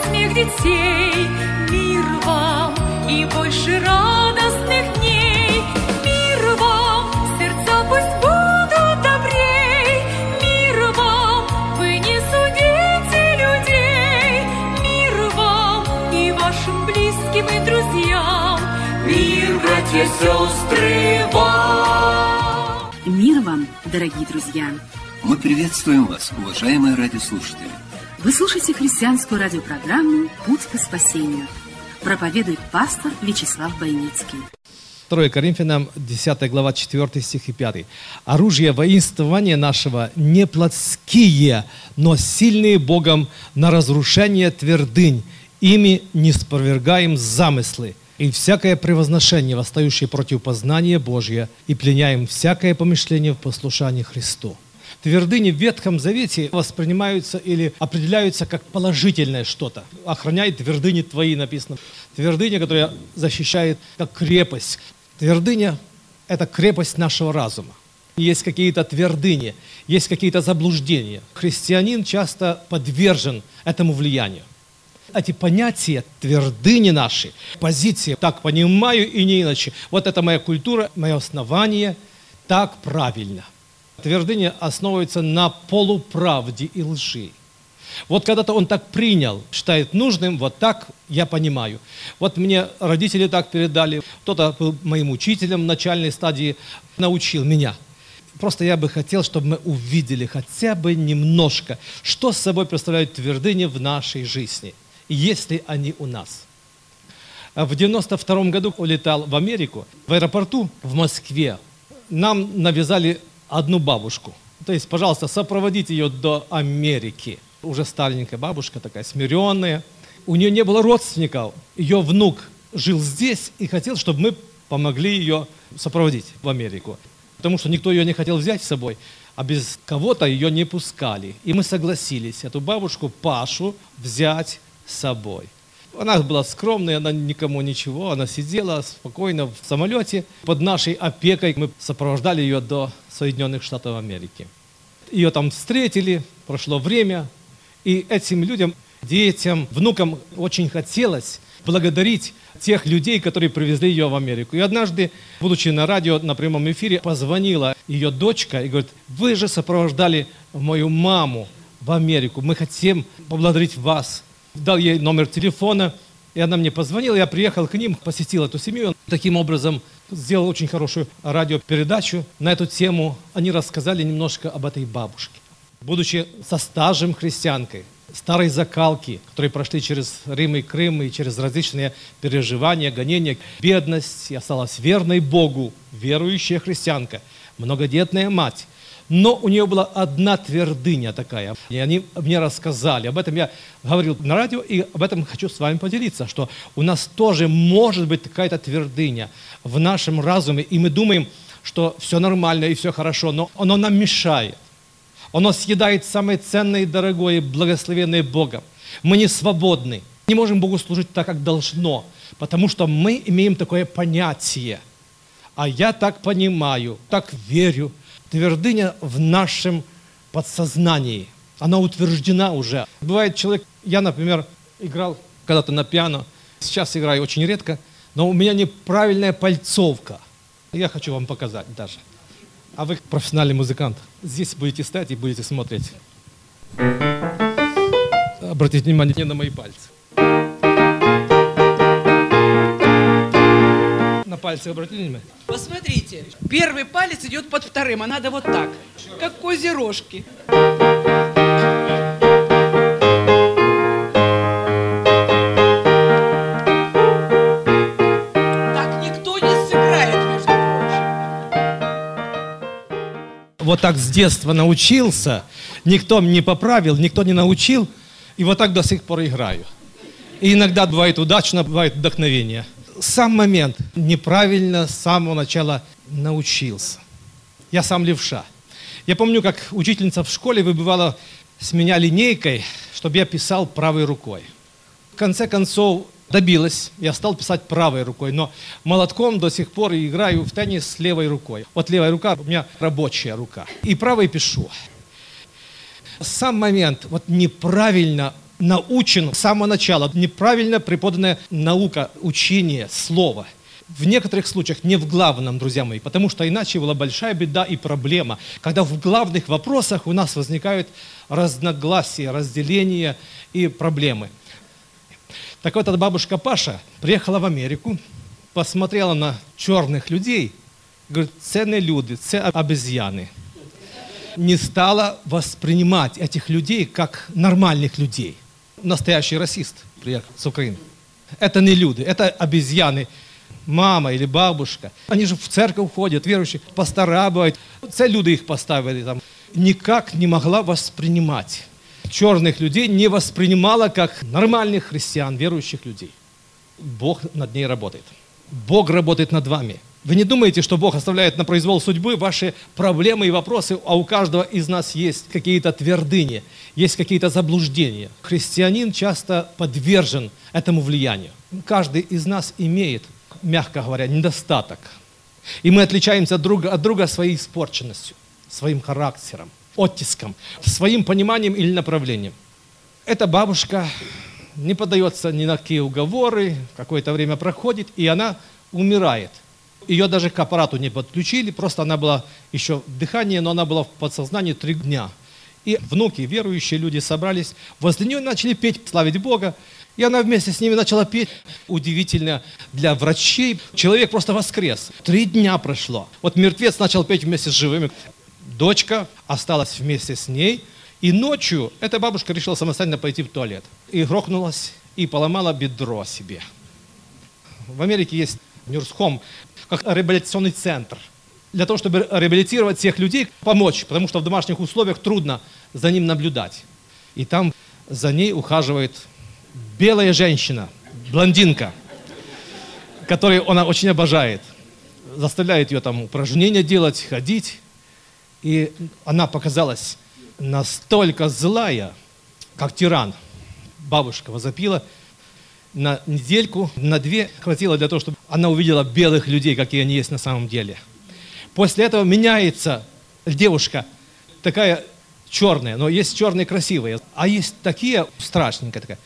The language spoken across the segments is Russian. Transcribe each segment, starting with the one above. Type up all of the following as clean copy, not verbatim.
смех детей. Мир вам и больше радостных дней. Мир вам, сердца пусть будут добрей. Мир вам, вы не судите людей. Мир вам и вашим близким и друзьям. Мир, братья, сестры, вам. Мир вам, дорогие друзья. Мы приветствуем вас, уважаемые радиослушатели. Вы слушаете христианскую радиопрограмму «Путь к спасению». Проповедует пастор Вячеслав Бойницкий. 2 Коринфянам, 10 глава, 4 стих и 5. «Оружие воинствования нашего не плотские, но сильные Богом на разрушение твердынь, ими не спровергаем замыслы, и всякое превозношение, восстающее против познания Божия, и пленяем всякое помышление в послушании Христу». Твердыни в Ветхом Завете воспринимаются или определяются как положительное что-то. «Охраняй твердыни твои», написано. Твердыня, которая защищает как крепость. Твердыня – это крепость нашего разума. Есть какие-то твердыни, есть какие-то заблуждения. Христианин часто подвержен этому влиянию. Эти понятия, твердыни наши, позиции, так понимаю и не иначе. Вот это моя культура, мое основание, так правильно. Твердыня основывается на полуправде и лжи. Вот когда-то он так принял, считает нужным, вот так я понимаю. Вот мне родители так передали, кто-то был моим учителем в начальной стадии, научил меня. Просто я бы хотел, чтобы мы увидели хотя бы немножко, что с собой представляют твердыни в нашей жизни, есть ли они у нас. В 92 году улетал в Америку, в аэропорту в Москве. Нам навязали одну бабушку. То есть, пожалуйста, сопроводите ее до Америки. Уже старенькая бабушка, такая смиренная. У нее не было родственников. Ее внук жил здесь и хотел, чтобы мы помогли ее сопроводить в Америку. Потому что никто ее не хотел взять с собой, а без кого-то ее не пускали. И мы согласились эту бабушку Пашу взять с собой. Она была скромная, она никому ничего, она сидела спокойно в самолете. Под нашей опекой мы сопровождали ее до Соединенных Штатов Америки. Ее там встретили, прошло время, и этим людям, детям, внукам очень хотелось благодарить тех людей, которые привезли ее в Америку. И однажды, будучи на радио, на прямом эфире, позвонила ее дочка и говорит: вы же сопровождали мою маму в Америку, мы хотим поблагодарить вас. Дал ей номер телефона, и она мне позвонила, я приехал к ним, посетил эту семью. Таким образом, сделал очень хорошую радиопередачу на эту тему. Они рассказали немножко об этой бабушке. Будучи со стажем христианкой, старой закалки, которые прошли через Рим и Крым, и через различные переживания, гонения, бедность, и осталась верной Богу, верующая христианка, многодетная мать. Но у нее была одна твердыня такая, и они мне рассказали. Об этом я говорил на радио, и об этом хочу с вами поделиться, что у нас тоже может быть какая-то твердыня в нашем разуме, и мы думаем, что все нормально и все хорошо, но оно нам мешает. Оно съедает самое ценное и дорогое, благословенное Богом. Мы не свободны, не можем Богу служить так, как должно, потому что мы имеем такое понятие. А я так понимаю, так верю. Твердыня в нашем подсознании, она утверждена уже. Бывает человек, я, например, играл когда-то на пиано, сейчас играю очень редко, но у меня неправильная пальцовка. Я хочу вам показать даже. А вы профессиональный музыкант. Здесь будете стоять и будете смотреть. Обратите внимание не на мои пальцы. На пальцы обратите внимание? Посмотрите, первый палец идет под вторым, а надо вот так, как козерожки. Так никто не сыграет, между прочим. Вот так с детства научился, никто не поправил, никто не научил, и вот так до сих пор играю. И иногда бывает удачно, бывает вдохновение. Сам момент неправильно с самого начала научился. Я сам левша. Я помню, как учительница в школе выбивала с меня линейкой, чтобы я писал правой рукой. В конце концов добилась, я стал писать правой рукой, но молотком до сих пор играю в теннис с левой рукой. Вот левая рука у меня рабочая рука. И правой пишу. Сам момент, вот неправильно научен с самого начала. Неправильно преподанная наука, учение, слово. В некоторых случаях не в главном, друзья мои, потому что иначе была большая беда и проблема, когда в главных вопросах у нас возникают разногласия, разделения и проблемы. Так вот, эта бабушка Паша приехала в Америку, посмотрела на черных людей, говорит, це не люди, це обезьяны. Не стала воспринимать этих людей как нормальных людей. Настоящий расист приехал с Украины. Это не люди, это обезьяны. Мама или бабушка. Они же в церковь ходят, верующие, пастора бывают. Це люди их поставили там. Никак не могла воспринимать. Черных людей не воспринимала как нормальных христиан, верующих людей. Бог над ней работает. Бог работает над вами. Вы не думаете, что Бог оставляет на произвол судьбы ваши проблемы и вопросы, а у каждого из нас есть какие-то твердыни, есть какие-то заблуждения. Христианин часто подвержен этому влиянию. Каждый из нас имеет, мягко говоря, недостаток. И мы отличаемся друг от друга своей испорченностью, своим характером, оттиском, своим пониманием или направлением. Эта бабушка не поддается ни на какие уговоры, какое-то время проходит, и она умирает. Ее даже к аппарату не подключили, просто она была еще в дыхании, но она была в подсознании 3 дня. И внуки, верующие люди собрались, возле нее начали петь, славить Бога. И она вместе с ними начала петь. Удивительно для врачей. Человек просто воскрес. 3 дня прошло. Вот мертвец начал петь вместе с живыми. Дочка осталась вместе с ней. И ночью эта бабушка решила самостоятельно пойти в туалет. И грохнулась, и поломала бедро себе. В Америке есть Нюрсхом, как реабилитационный центр. Для того, чтобы реабилитировать всех людей, помочь. Потому что в домашних условиях трудно за ним наблюдать. И там за ней ухаживает белая женщина, блондинка, которую она очень обожает. Заставляет ее там упражнения делать, ходить. И она показалась настолько злая, как тиран. Бабушка возопила. На недельку, на 2 хватило для того, чтобы она увидела белых людей, какие они есть на самом деле. После этого меняется девушка, такая черная, но есть черные красивые, а есть такие, страшненькая такая.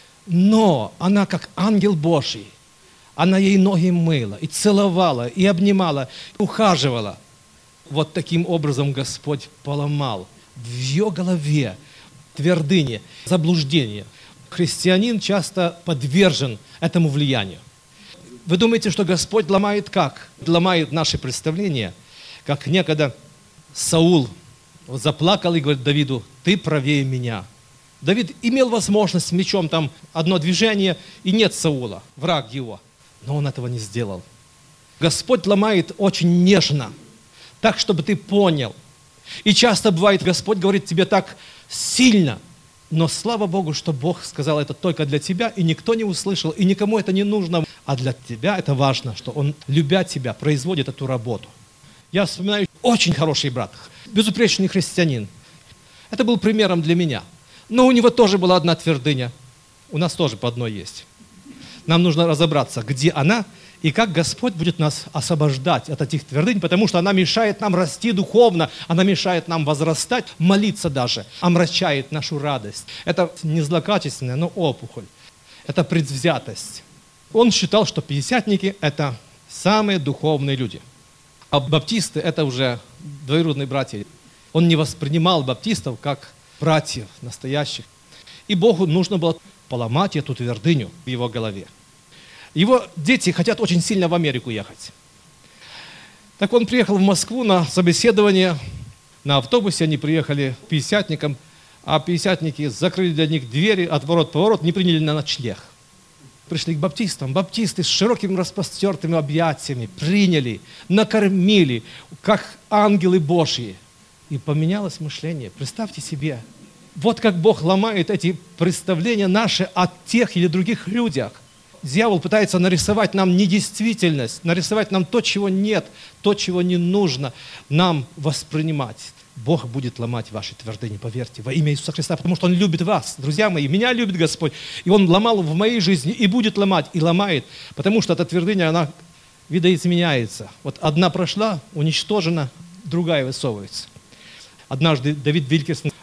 Но она как ангел Божий. Она ей ноги мыла, и целовала, и обнимала, ухаживала. Вот таким образом Господь поломал в ее голове твердыни, заблуждения. Христианин часто подвержен этому влиянию. Вы думаете, что Господь ломает как? Ломает наши представления, как некогда Саул заплакал и говорит Давиду, ты правее меня. Давид имел возможность с мечом, там одно движение, и нет Саула, враг его. Но он этого не сделал. Господь ломает очень нежно, так, чтобы ты понял. И часто бывает, Господь говорит тебе так сильно, но слава Богу, что Бог сказал это только для тебя, и никто не услышал, и никому это не нужно. А для тебя это важно, что Он, любя тебя, производит эту работу. Я вспоминаю, очень хороший брат, безупречный христианин. Это был примером для меня. Но у него тоже была одна твердыня. У нас тоже по одной есть. Нам нужно разобраться, где она, и как Господь будет нас освобождать от этих твердынь, потому что она мешает нам расти духовно, она мешает нам возрастать, молиться даже, омрачает нашу радость. Это не злокачественная, но опухоль. Это предвзятость. Он считал, что пятидесятники – это самые духовные люди. А баптисты – это уже двоюродные братья. Он не воспринимал баптистов как братьев настоящих. И Богу нужно было поломать эту твердыню в его голове. Его дети хотят очень сильно в Америку ехать. Так он приехал в Москву на собеседование. На автобусе они приехали к пятидесятникам, а пятидесятники закрыли для них двери, отворот-поворот, не приняли на ночлег. Пришли к баптистам. Баптисты с широкими распростертыми объятиями приняли, накормили, как ангелы Божьи. И поменялось мышление. Представьте себе, вот как Бог ломает эти представления наши о тех или других людях. Дьявол пытается нарисовать нам недействительность, нарисовать нам то, чего нет, то, чего не нужно нам воспринимать. Бог будет ломать ваши твердыни, поверьте, во имя Иисуса Христа, потому что Он любит вас, друзья мои, меня любит Господь. И Он ломал в моей жизни и будет ломать, и ломает, потому что эта твердыня, она видоизменяется. Вот одна прошла, уничтожена, другая высовывается. Однажды Давид Вилькерсон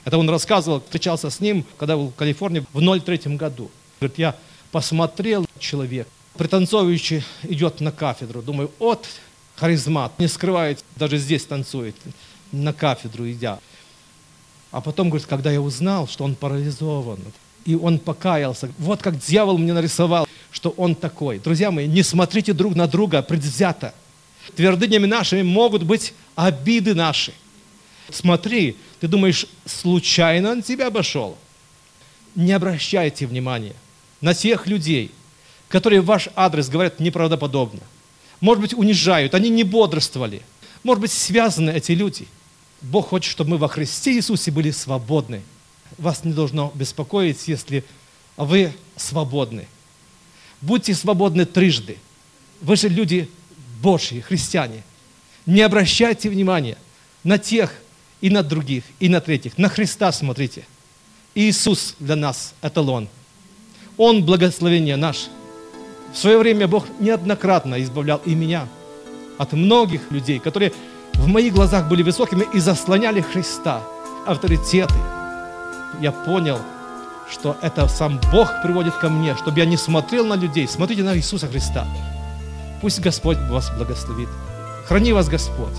Это он рассказывал, встречался с ним, когда был в Калифорнии в 2003 году. Говорит, я посмотрел, человек, пританцовывающий, идет на кафедру. Думаю, от харизмат, не скрывает, даже здесь танцует, на кафедру идя. А потом, говорит, когда я узнал, что он парализован, и он покаялся, вот как дьявол мне нарисовал, что он такой. Друзья мои, не смотрите друг на друга предвзято. Твердынями нашими могут быть обиды наши. Смотри, ты думаешь, случайно он тебя обошел? Не обращайте внимания на тех людей, которые в ваш адрес говорят неправдоподобно. Может быть, унижают, они не бодрствовали. Может быть, связаны эти люди. Бог хочет, чтобы мы во Христе Иисусе были свободны. Вас не должно беспокоить, если вы свободны. Будьте свободны трижды. Вы же люди Божьи, христиане. Не обращайте внимания на тех и на других, и на третьих. На Христа смотрите. Иисус для нас эталон. Он благословение наше. В свое время Бог неоднократно избавлял и меня от многих людей, которые в моих глазах были высокими и заслоняли Христа, авторитеты. Я понял, что это сам Бог приводит ко мне, чтобы я не смотрел на людей. Смотрите на Иисуса Христа. Пусть Господь вас благословит. Храни вас Господь.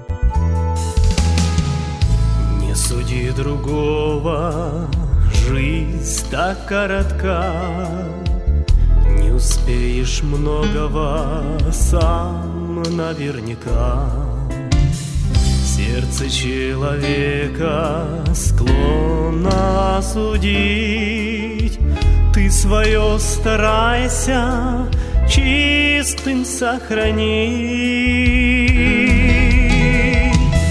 Не суди другого, жизнь так коротка. Не успеешь многого сам наверняка. Сердце человека склонно осудить. Ты свое старайся чистым сохранить.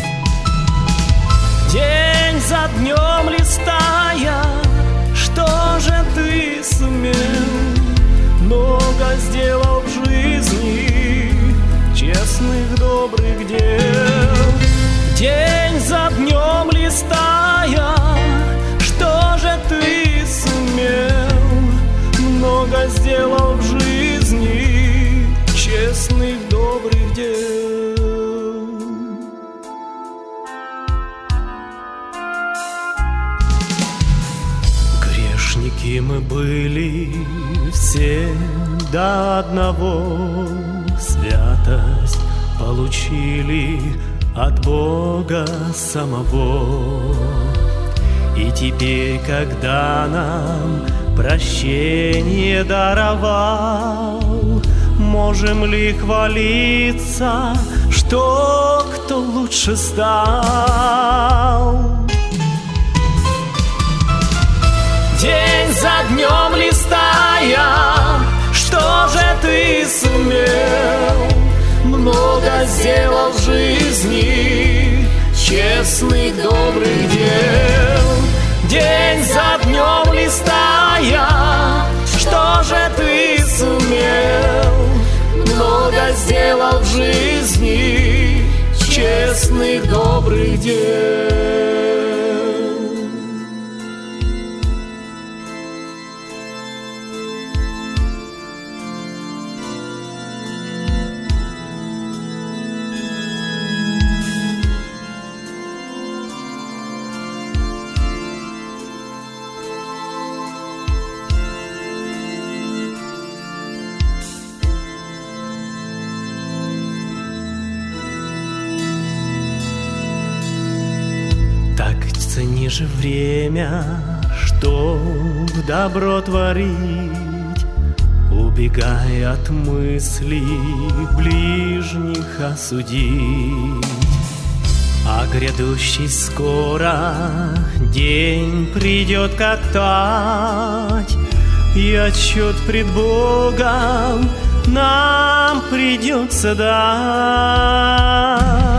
День за днем листая, что же ты сумел? Много сделал в жизни честных, добрых дел. День за днем листая, что же ты сумел? Много сделал в жизни честных, добрых дел. Грешники мы были все до одного, святость получили от Бога самого. И теперь, когда нам прощение даровал, можем ли хвалиться, что кто лучше стал? День за днем листая, что же ты сумел? Много сделал в жизни честных, добрых дел. День за днем листая, что же ты сумел? Много сделал в жизни честных, добрых дел. Цени же время, чтоб добро творить, убегай от мыслей ближних осудить. А грядущий скоро день придет как тать, и отчет пред Богом нам придется дать.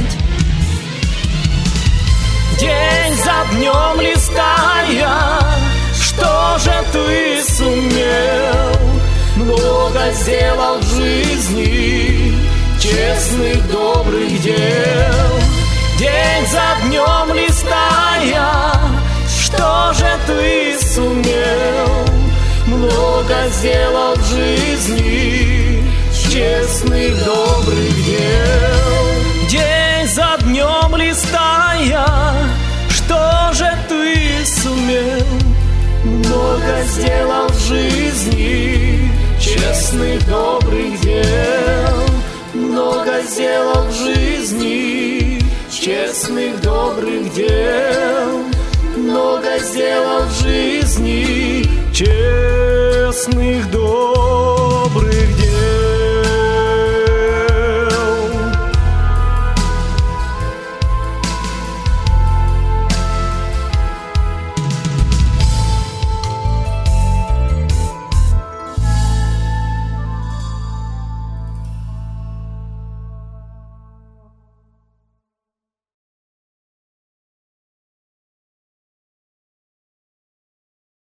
День за днем листая, что же ты сумел? Много сделал в жизни честных, добрых дел. День за днем листая, что же ты сумел? Много сделал в жизни честных, добрых дел. День за днем листая, что что же ты сумел? Много сделал в жизни честных, добрых дел. Много сделал в жизни честных, добрых дел. Много сделал в жизни честных, добрых дел.